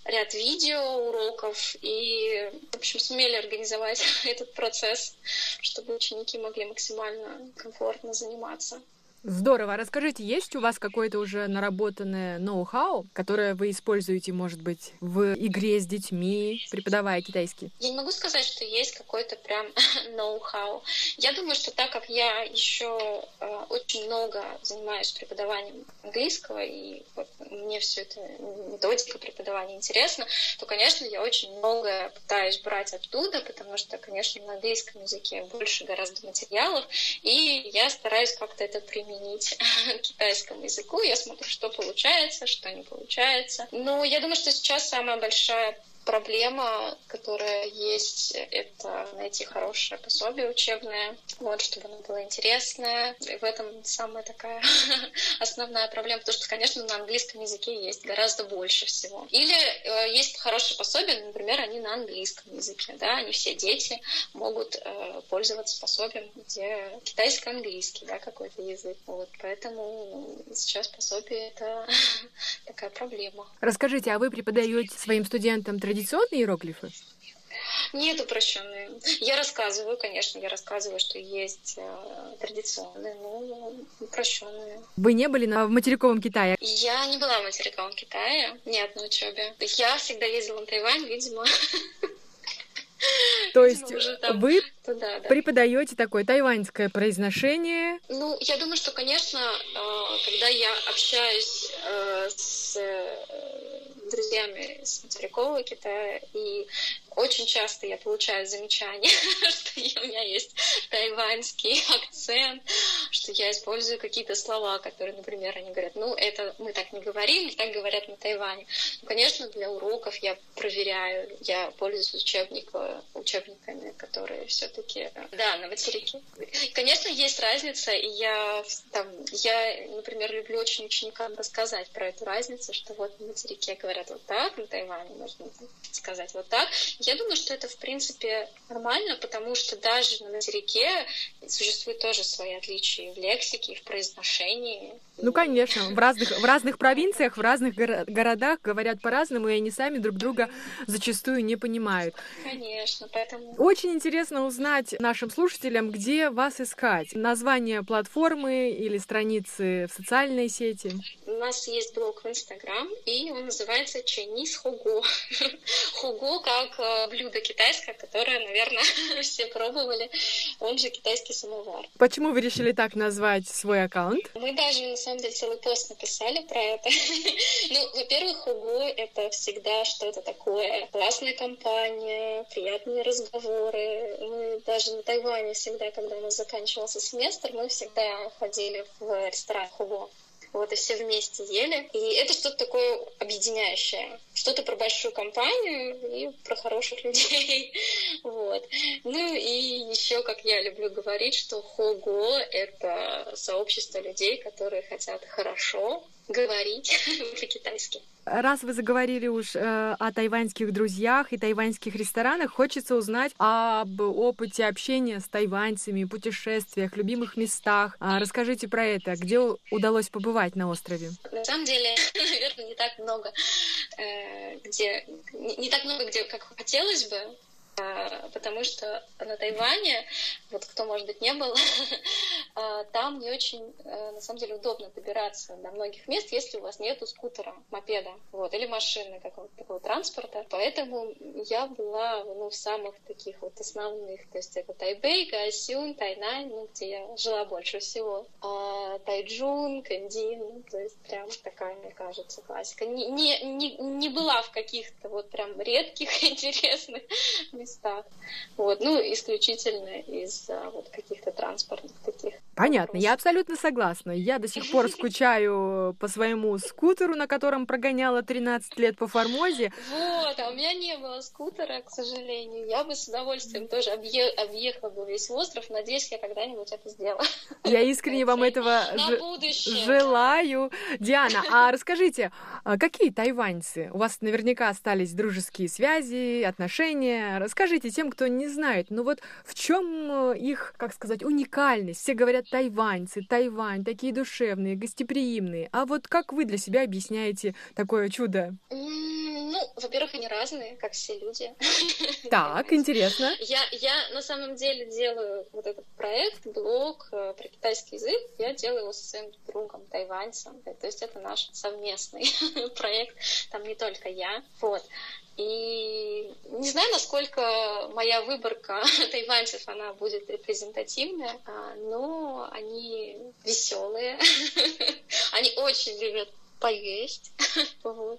ряд видео уроков и, в общем, сумели организовать этот процесс, чтобы ученики могли максимально комфортно заниматься. Здорово. Расскажите, есть у вас какое-то уже наработанное ноу-хау, которое вы используете, может быть, в игре с детьми, преподавая китайский? Я не могу сказать, что есть какой-то прям ноу-хау. Я думаю, что так как я еще э, очень много занимаюсь преподаванием английского, и вот мне все это методика преподавания интересна, то, конечно, я очень многое пытаюсь брать оттуда, потому что, конечно, на английском языке больше гораздо материалов, и я стараюсь как-то это применить к китайскому языку. Я смотрю, что получается, что не получается. Но я думаю, что сейчас самая большая проблема, которая есть, это найти хорошее пособие учебное, вот, чтобы оно было интересное. И в этом самая такая основная проблема, потому что, конечно, на английском языке есть гораздо больше всего. Или э, есть хорошее пособие, например, они на английском языке, да, не все дети могут э, пользоваться пособием, где китайско-английский, да, какой-то язык. Вот, поэтому сейчас пособие — это такая проблема. Расскажите, а вы преподаете своим студентам традиционные иероглифы? Нет, упрощенные. Я рассказываю, конечно, я рассказываю, что есть э, традиционные, но упрощенные. Вы не были на, в материковом Китае? Я не была в материковом Китае, нет, на учебе. Я всегда ездила на Тайвань, видимо. То есть вы да, да. преподаете такое тайваньское произношение? Ну, я думаю, что, конечно, когда я общаюсь с друзьями с материкового Китая, и очень часто я получаю замечания, что у меня есть тайваньский акцент, что я использую какие-то слова, которые, например, они говорят, ну, это мы так не говорим, так говорят на Тайване. Ну, конечно, для уроков я проверяю, я пользуюсь учебниками, учебниками, которые все-таки, да, на материке. Конечно, есть разница, и я, там, я, например, люблю очень ученикам рассказать про эту разницу, что вот на материке говорят вот так, на Тайване можно сказать вот так. Я думаю, что это, в принципе, нормально, потому что даже на материке существуют тоже свои отличия в лексике, в произношении. Ну, конечно, в разных, в разных провинциях, в разных горо- городах говорят по-разному, и они сами друг друга зачастую не понимают. Конечно, поэтому... Очень интересно узнать нашим слушателям, где вас искать. Название платформы или страницы в социальной сети. У нас есть блог в Инстаграм, и он называется Chinese Hugo. Hugo как блюдо китайское, которое, наверное, все пробовали. Он же китайский самовар. Почему вы решили так назвать свой аккаунт? Мы даже, на самом деле, целый пост написали про это. Ну, во-первых, Hugo — это всегда что-то такое. Классная компания, приятные разговоры. Мы даже на Тайване всегда, когда у нас заканчивался семестр, мы всегда ходили в ресторан Hugo. Вот, и все вместе ели. И это что-то такое объединяющее. Что-то про большую компанию и про хороших людей. Вот. Ну и еще, как я люблю говорить, что Hugo — это сообщество людей, которые хотят хорошо говорить по-китайски. Раз вы заговорили уж э, о тайваньских друзьях и тайваньских ресторанах, хочется узнать об опыте общения с тайваньцами, путешествиях, любимых местах. А, расскажите про это. Где удалось побывать на острове? На самом деле, наверное, не так много, э, где не, не так много, где как хотелось бы. Потому что на Тайване, вот кто, может быть, не был, там не очень, на самом деле, удобно добираться до многих мест, если у вас нету скутера, мопеда, вот, или машины, какого-то такого транспорта. Поэтому я была, ну, в самых таких вот основных, то есть это Тайбэй, Гаосюн, Тайнань, ну, где я жила больше всего, а Тайчжун, Кэндин, то есть прям такая, мне кажется, классика. Не, не, не, не была в каких-то вот прям редких, интересных местах. Вот, ну, исключительно из-за вот каких-то транспортных таких. Понятно, вопросов. я абсолютно согласна. Я до сих пор скучаю по своему скутеру, на котором прогоняла тринадцать лет по Формозе. Вот, а у меня не было скутера, к сожалению. Я бы с удовольствием тоже объе- объехала бы весь остров. Надеюсь, я когда-нибудь это сделаю. Я искренне вам этого ж- желаю. Диана, а расскажите, какие тайваньцы? У вас наверняка остались дружеские связи, отношения. Расскажите тем, кто не знает, ну вот в чем их, как сказать, уникальность? Все говорят тайваньцы, Тайвань, такие душевные, гостеприимные. А вот как вы для себя объясняете такое чудо? Ну, Ну, во-первых, они разные, как все люди. Так, интересно. Я, я на самом деле делаю вот этот проект, блог про китайский язык, я делаю его со своим другом, тайваньцем. То есть это наш совместный проект, там не только я. Вот. И не знаю, насколько моя выборка тайваньцев, она будет репрезентативная, но они веселые, они очень любят поесть, вот.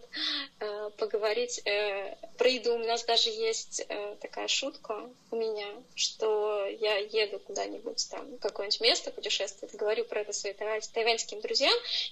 Поговорить э, про еду. У нас даже есть э, такая шутка у меня, что я еду куда-нибудь там, в какое-нибудь место путешествовать, говорю про это своим тайваньским друзьям,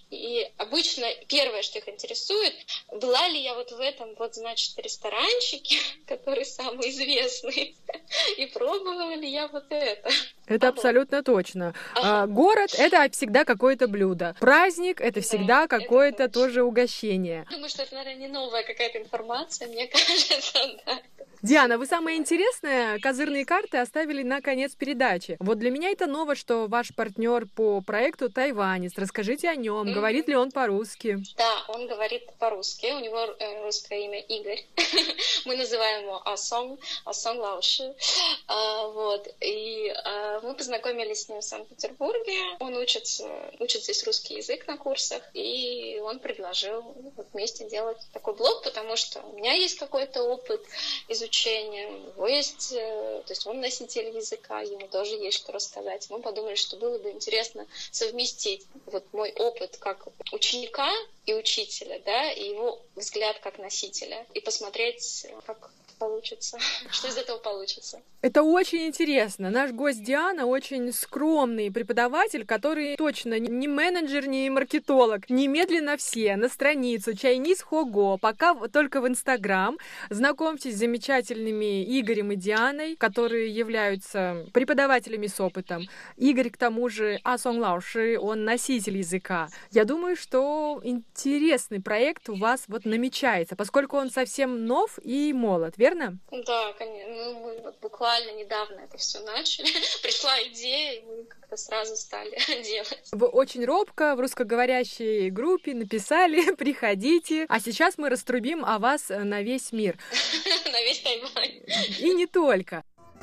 и обычно первое, что их интересует, была ли я вот в этом вот, значит, ресторанчике, который самый известный, и пробовала ли я вот это. Это абсолютно точно. Ага. Город — это всегда какое-то блюдо. Праздник — это всегда да, какое-то это тоже угощение. Думаю, что это, наверное, не новая какая-то информация, мне кажется, да. Диана, вы самое интересное, козырные карты оставили на конец передачи. Вот для меня это ново, что ваш партнер по проекту тайванец. Расскажите о нем. Mm-hmm. Говорит ли он по-русски? Да, он говорит по-русски. У него русское имя Игорь. Мы называем его Асong, Асong Лауши. А, вот. И а, мы познакомились с ним в Санкт-Петербурге. Он учится, учит здесь русский язык на курсах. И он предложил вот, вместе делать такой блог, потому что у меня есть какой-то опыт изучения. У него есть, то есть он носитель языка, ему тоже есть что рассказать. Мы подумали, что было бы интересно совместить вот мой опыт как ученика и учителя, да, и его взгляд как носителя, и посмотреть, как получится, что из этого получится. Это очень интересно. Наш гость Диана очень скромный преподаватель, который точно не менеджер, не маркетолог. Немедленно все на страницу Chinese Hogo, пока только в Инстаграм. Знакомьтесь с замечательными Игорем и Дианой, которые являются преподавателями с опытом. Игорь, к тому же, Асong Лауши, он носитель языка. Я думаю, что интересный проект у вас вот намечается, поскольку он совсем нов и молод, верно? Да, конечно. Ну, мы вот буквально недавно это все начали. Пришла идея, и мы как-то сразу стали делать. Вы очень робко в русскоговорящей группе написали «Приходите». А сейчас мы раструбим о вас на весь мир. На весь Тайвань. И не только.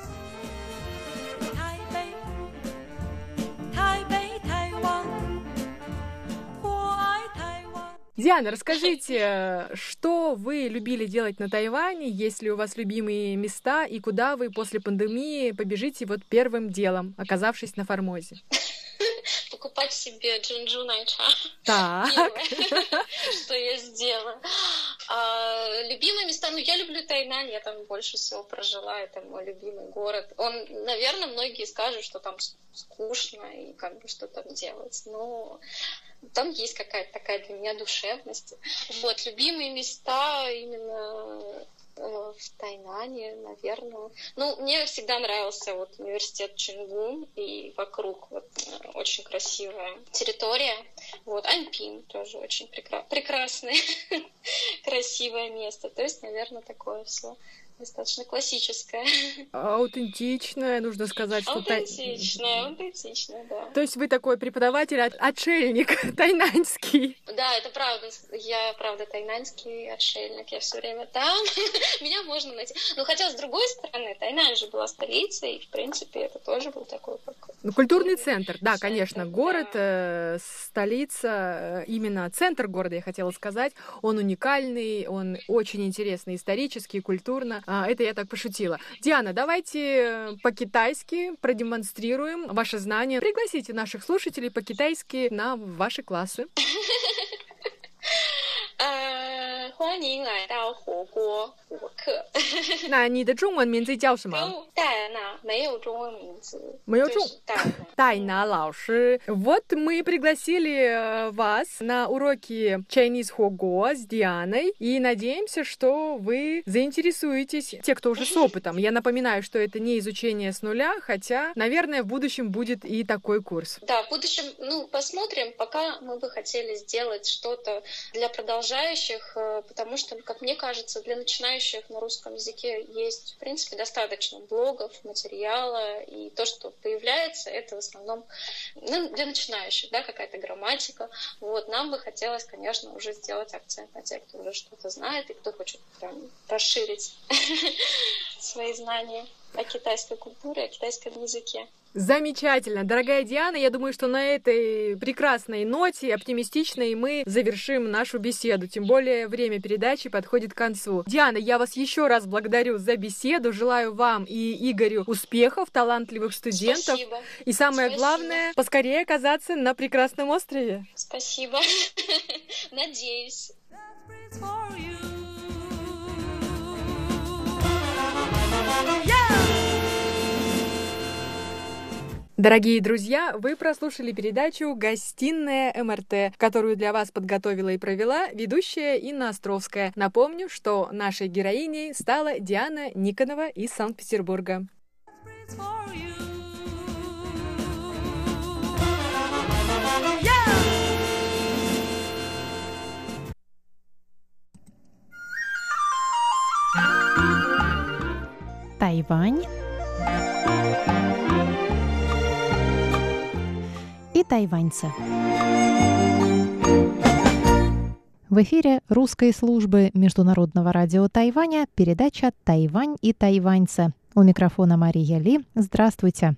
Диана, расскажите, что вы любили делать на Тайване, есть ли у вас любимые места, и куда вы после пандемии побежите вот первым делом, оказавшись на Формозе? Покупать себе джинджу найча. Так. Первое, что я сделала. А, любимые места, ну, я люблю Тайнань, я там больше всего прожила, это мой любимый город. Он, наверное, многие скажут, что там скучно и как бы что там делать, но там есть какая-то такая для меня душевность. Вот, любимые места именно в Тайнане, наверное. Ну, мне всегда нравился вот университет Чжунгун, и вокруг вот очень красивая территория. Вот, Аньпин тоже очень прекра- прекрасное, красивое место. То есть, наверное, такое все достаточно классическое. Аутентичное, нужно сказать, что... Аутентичное, аутентичное, да. То есть вы такой преподаватель, отшельник тайнаньский. Да, это правда. Я, правда, тайнаньский отшельник. Я все время там. Меня можно найти. Но хотя, с другой стороны, Тайнань же была столицей, и, в принципе, это тоже был такой... Как... Ну, культурный центр, да, центр, конечно. Город, да. э, столица, именно центр города, я хотела сказать. Он уникальный, он очень интересный исторически, культурно. А, это я так пошутила. Диана, давайте по-китайски продемонстрируем ваши знания. Пригласите наших слушателей по-китайски на ваши классы. 欢迎来到火锅火课。 那你的中文名字叫什么？ 戴安娜，没有中文名字。 没有中。Тайна老师。Вот мы пригласили вас на уроки Chinese Hogo с Дианой и надеемся, что вы заинтересуетесь, те, кто уже с опытом. Я напоминаю, что это не изучение с нуля, хотя, наверное, в будущем будет и такой курс. Да, в будущем, ну, посмотрим. Пока мы бы хотели сделать что-то для продолжающих потому что, как мне кажется, для начинающих на русском языке есть, в принципе, достаточно блогов, материала, и то, что появляется, это в основном ну, для начинающих, да, какая-то грамматика. Вот, нам бы хотелось, конечно, уже сделать акцент на тех, кто уже что-то знает и кто хочет прям расширить свои знания о китайской культуре, о китайском языке. Замечательно. Дорогая Диана, я думаю, что на этой прекрасной ноте, оптимистичной, мы завершим нашу беседу. Тем более время передачи подходит к концу. Диана, я вас еще раз благодарю за беседу. Желаю вам и Игорю успехов, талантливых студентов. Спасибо. И самое Спасибо. главное, поскорее оказаться на прекрасном острове. Спасибо. Надеюсь. Дорогие друзья, вы прослушали передачу «Гостиная эм эр тэ», которую для вас подготовила и провела ведущая Инна Островская. Напомню, что нашей героиней стала Диана Никонова из Санкт-Петербурга. Тайвань и тайваньцы. В эфире русской службы Международного радио Тайваня передача «Тайвань и тайваньцы». У микрофона Мария Ли. Здравствуйте.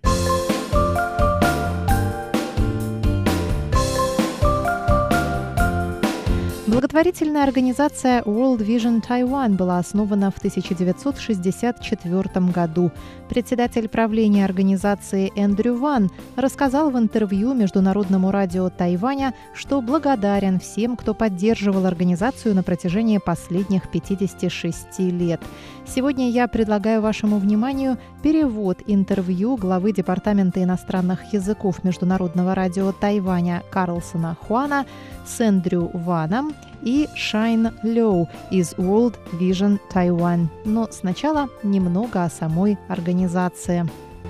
Благотворительная организация World Vision Taiwan была основана в тысяча девятьсот шестьдесят четвёртом году. Председатель правления организации Эндрю Ван рассказал в интервью Международному радио Тайваня, что благодарен всем, кто поддерживал организацию на протяжении последних пятидесяти шести лет. Сегодня я предлагаю вашему вниманию перевод интервью главы Департамента иностранных языков Международного радио Тайваня Карлсона Хуана с Эндрю Ваном и Шайн Лоу из World Vision Taiwan. Но сначала немного о самой организации.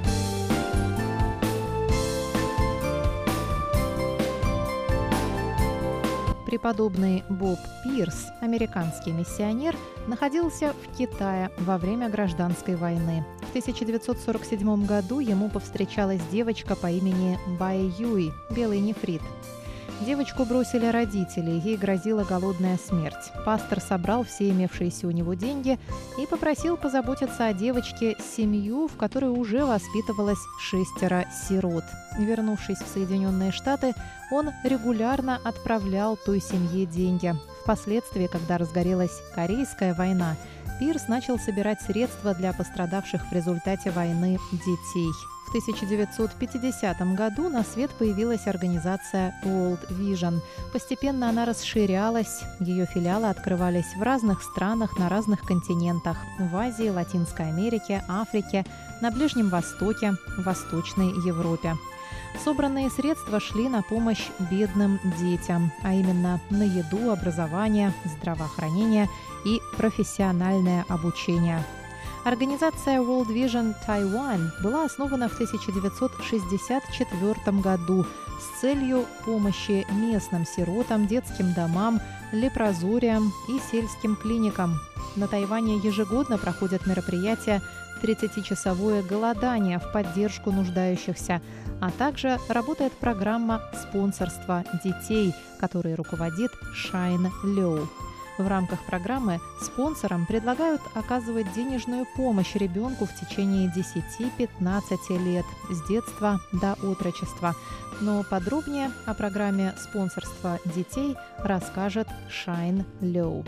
Преподобный Боб Пирс, американский миссионер, находился в Китае во время гражданской войны. В тысяча девятьсот сорок седьмом году ему повстречалась девочка по имени Бай Юй, белый нефрит. Девочку бросили родители, ей грозила голодная смерть. Пастор собрал все имевшиеся у него деньги и попросил позаботиться о девочке семью, в которой уже воспитывалось шестеро сирот. Вернувшись в Соединенные Штаты, он регулярно отправлял той семье деньги. Впоследствии, когда разгорелась Корейская война, Пирс начал собирать средства для пострадавших в результате войны детей. В тысяча девятьсот пятидесятом году на свет появилась организация World Vision. Постепенно она расширялась, ее филиалы открывались в разных странах на разных континентах – в Азии, Латинской Америке, Африке, на Ближнем Востоке, в Восточной Европе. Собранные средства шли на помощь бедным детям, а именно на еду, образование, здравоохранение и профессиональное обучение. Организация World Vision Taiwan была основана в тысяча девятьсот шестьдесят четвёртом году с целью помощи местным сиротам, детским домам, лепрозориям и сельским клиникам. На Тайване ежегодно проходят мероприятия тридцатичасовое голодание в поддержку нуждающихся, а также работает программа спонсорства детей, которой руководит Шайн Лоу. В рамках программы спонсорам предлагают оказывать денежную помощь ребенку в течение десяти-пятнадцати лет, с детства до отрочества. Но подробнее о программе спонсорства детей расскажет Шайн Лоу.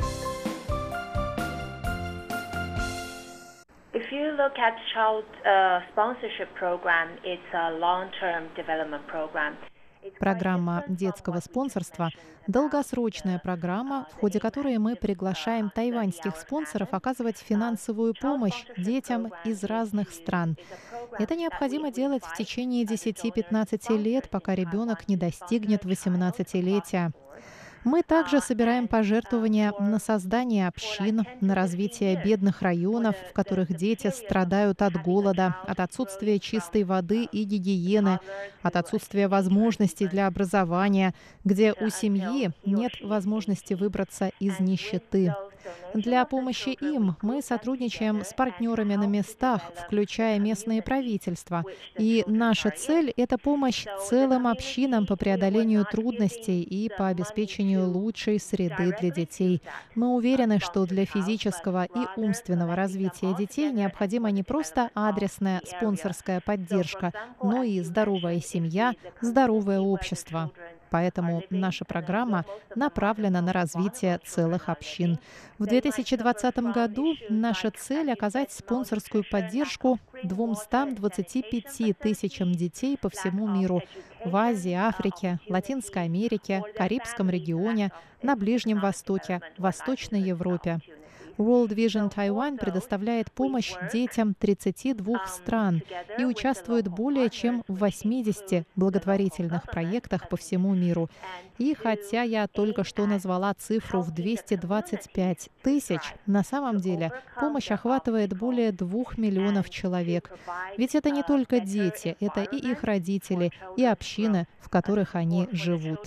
If you look at child uh, sponsorship program, it's a long-term development program. Программа детского спонсорства – долгосрочная программа, в ходе которой мы приглашаем тайваньских спонсоров оказывать финансовую помощь детям из разных стран. Это необходимо делать в течение десяти-пятнадцати лет, пока ребенок не достигнет восемнадцатилетия. Мы также собираем пожертвования на создание общин, на развитие бедных районов, в которых дети страдают от голода, от отсутствия чистой воды и гигиены, от отсутствия возможностей для образования, где у семьи нет возможности выбраться из нищеты. Для помощи им мы сотрудничаем с партнерами на местах, включая местные правительства. И наша цель — это помощь целым общинам по преодолению трудностей и по обеспечению лучшей среды для детей. Мы уверены, что для физического и умственного развития детей необходима не просто адресная спонсорская поддержка, но и здоровая семья, здоровое общество. Поэтому наша программа направлена на развитие целых общин. В две тысячи двадцатом году наша цель — оказать спонсорскую поддержку двумстам двадцати пяти тысячам детей по всему миру в Азии, Африке, Латинской Америке, Карибском регионе, на Ближнем Востоке, Восточной Европе. World Vision Taiwan предоставляет помощь детям тридцати двух стран и участвует более чем в восьмидесяти благотворительных проектах по всему миру. И хотя я только что назвала цифру в двести двадцать пять тысяч, на самом деле помощь охватывает более двух миллионов человек. Ведь это не только дети, это и их родители, и общины, в которых они живут.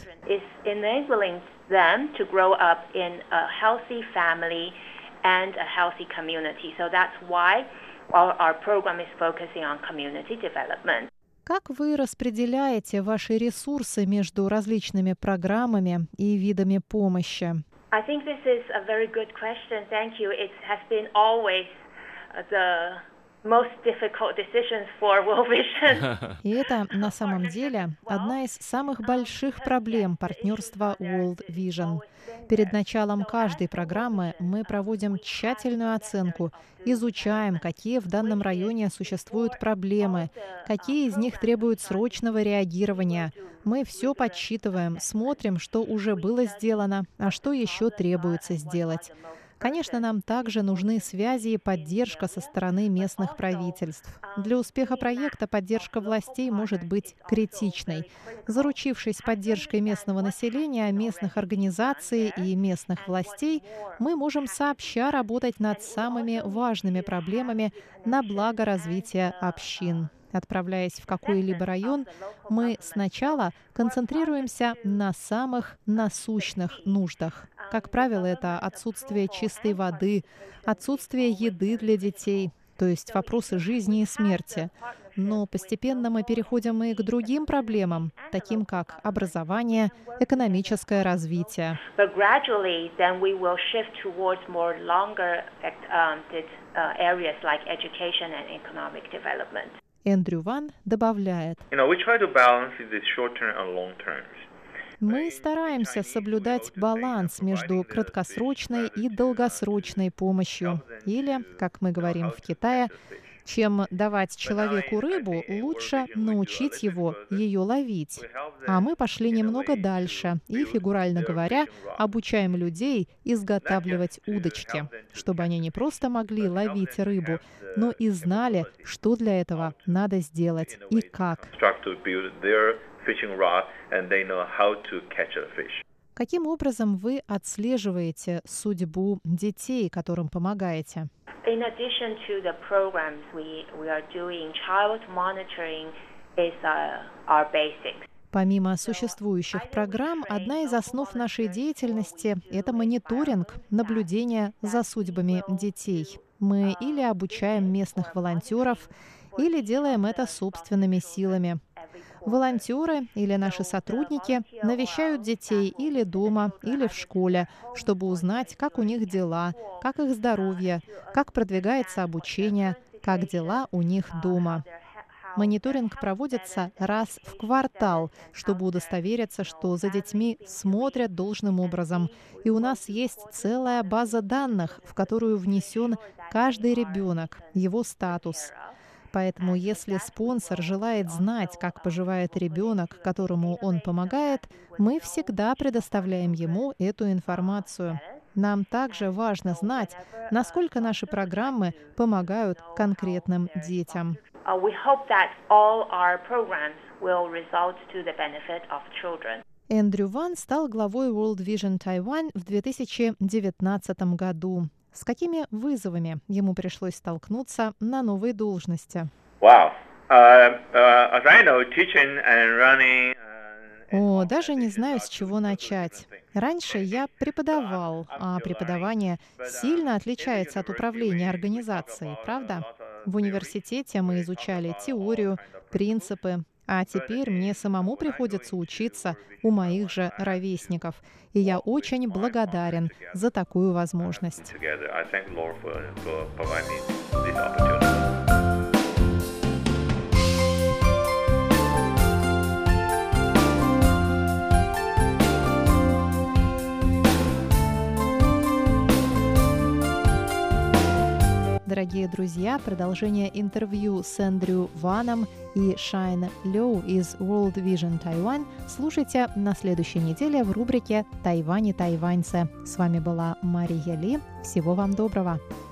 And a healthy community. So that's why our, our program is focusing on community development. Как вы распределяете ваши ресурсы между различными программами и видами помощи? I think this is a very good question. Thank you. It has been always the most difficult decisions for World Vision. И это на самом деле одна из самых больших проблем партнерства World Vision. Перед началом каждой программы мы проводим тщательную оценку, изучаем, какие в данном районе существуют проблемы, какие из них требуют срочного реагирования. Мы все подсчитываем, смотрим, что уже было сделано, а что еще требуется сделать. Конечно, нам также нужны связи и поддержка со стороны местных правительств. Для успеха проекта поддержка властей может быть критичной. Заручившись поддержкой местного населения, местных организаций и местных властей, мы можем сообща работать над самыми важными проблемами на благо развития общин. Отправляясь в какой-либо район, мы сначала концентрируемся на самых насущных нуждах. Как правило, это отсутствие чистой воды, отсутствие еды для детей, то есть вопросы жизни и смерти. Но постепенно мы переходим и к другим проблемам, таким как образование, экономическое развитие. Эндрю Ван добавляет: мы стараемся соблюдать баланс между краткосрочной и долгосрочной помощью. Или, как мы говорим в Китае, чем давать человеку рыбу, лучше научить его ее ловить. А мы пошли немного дальше и, фигурально говоря, обучаем людей изготавливать удочки, чтобы они не просто могли ловить рыбу, но и знали, что для этого надо сделать и как. Каким образом вы отслеживаете судьбу детей, которым помогаете? In addition to the programs we, we are doing, child monitoring is uh, our basics. Помимо существующих программ, одна из основ нашей деятельности — это мониторинг, наблюдение за судьбами детей. Мы или обучаем местных волонтеров, или делаем это собственными силами. Волонтеры или наши сотрудники навещают детей или дома, или в школе, чтобы узнать, как у них дела, как их здоровье, как продвигается обучение, как дела у них дома. Мониторинг проводится раз в квартал, чтобы удостовериться, что за детьми смотрят должным образом. И у нас есть целая база данных, в которую внесен каждый ребенок, его статус. Поэтому, если спонсор желает знать, как поживает ребенок, которому он помогает, мы всегда предоставляем ему эту информацию. Нам также важно знать, насколько наши программы помогают конкретным детям. Эндрю Ван стал главой World Vision Taiwan в две тысячи девятнадцатом году. С какими вызовами ему пришлось столкнуться на новой должности? Wow. Uh, uh, as I know, teaching and running, uh, О, даже не знаю, с чего начать. Раньше я преподавал, а преподавание сильно отличается от управления организацией, правда? В университете мы изучали теорию, принципы, а теперь мне самому приходится учиться у моих же ровесников. И я очень благодарен за такую возможность. Дорогие друзья, продолжение интервью с Эндрю Ваном и Шайн Лю из World Vision Taiwan слушайте на следующей неделе в рубрике «Тайвань и тайваньцы». С вами была Мария Ли. Всего вам доброго!